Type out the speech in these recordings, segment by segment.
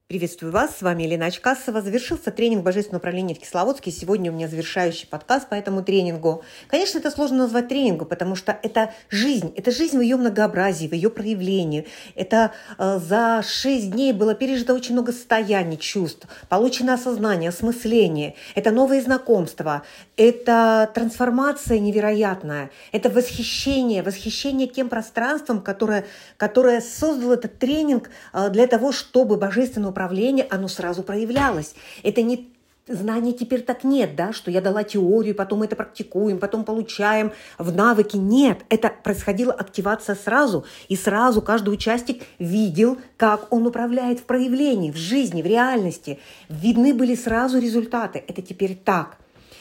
Приветствую вас, с вами Елена Очкасова. Завершился тренинг «Божественное управление» в Кисловодске. Сегодня у меня завершающий подкаст по этому тренингу. Конечно, это сложно назвать тренингом, потому что это жизнь в ее многообразии, в ее проявлении. Это за 6 дней было пережито очень много состояний, чувств, получено осознание, осмысление. Это новые знакомства, это трансформация невероятная, это восхищение тем пространством, которое создал этот тренинг для того, чтобы божественное управление, оно сразу проявлялось. Это не знания теперь так нет, да, что я дала теорию, потом мы это практикуем, потом получаем в навыки. Нет, это происходила активация сразу, и сразу каждый участник видел, как он управляет в проявлении, в жизни, в реальности. Видны были сразу результаты. Это теперь так.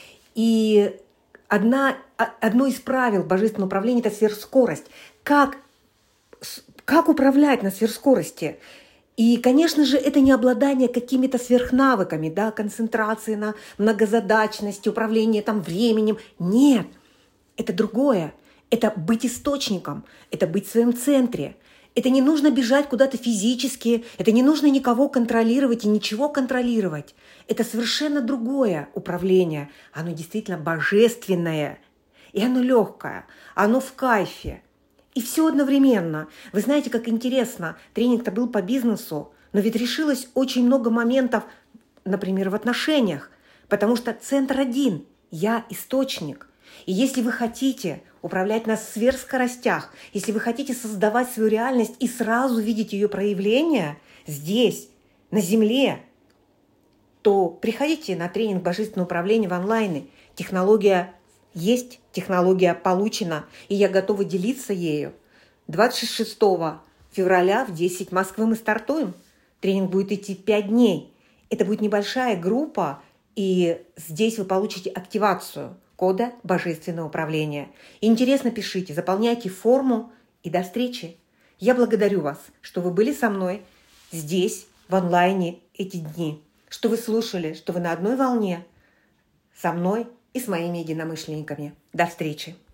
И одно из правил божественного управления – это сверхскорость. Как управлять на сверхскорости? И, конечно же, это не обладание какими-то сверхнавыками, да, концентрации на многозадачности, управление временем. Нет, это другое. Это быть источником, это быть в своем центре. Это не нужно бежать куда-то физически, это не нужно никого контролировать и ничего контролировать. Это совершенно другое управление. Оно действительно божественное, и оно легкое, оно в кайфе. И все одновременно. Вы знаете, как интересно, тренинг-то был по бизнесу, но ведь решилось очень много моментов, например, в отношениях, потому что центр один – я источник. И если вы хотите управлять на сверхскоростях, если вы хотите создавать свою реальность и сразу видеть ее проявление здесь, на Земле, то приходите на тренинг «Божественное управление» в онлайне. Технология есть, технология получена, и я готова делиться ею. 26 февраля в 10 Москвы мы стартуем. Тренинг будет идти 5 дней. Это будет небольшая группа, и здесь вы получите активацию кода «Божественное управление». Интересно, пишите, заполняйте форму, и до встречи. Я благодарю вас, что вы были со мной здесь, в онлайне, эти дни, что вы слушали, что вы на одной волне со мной и с моими единомышленниками. До встречи!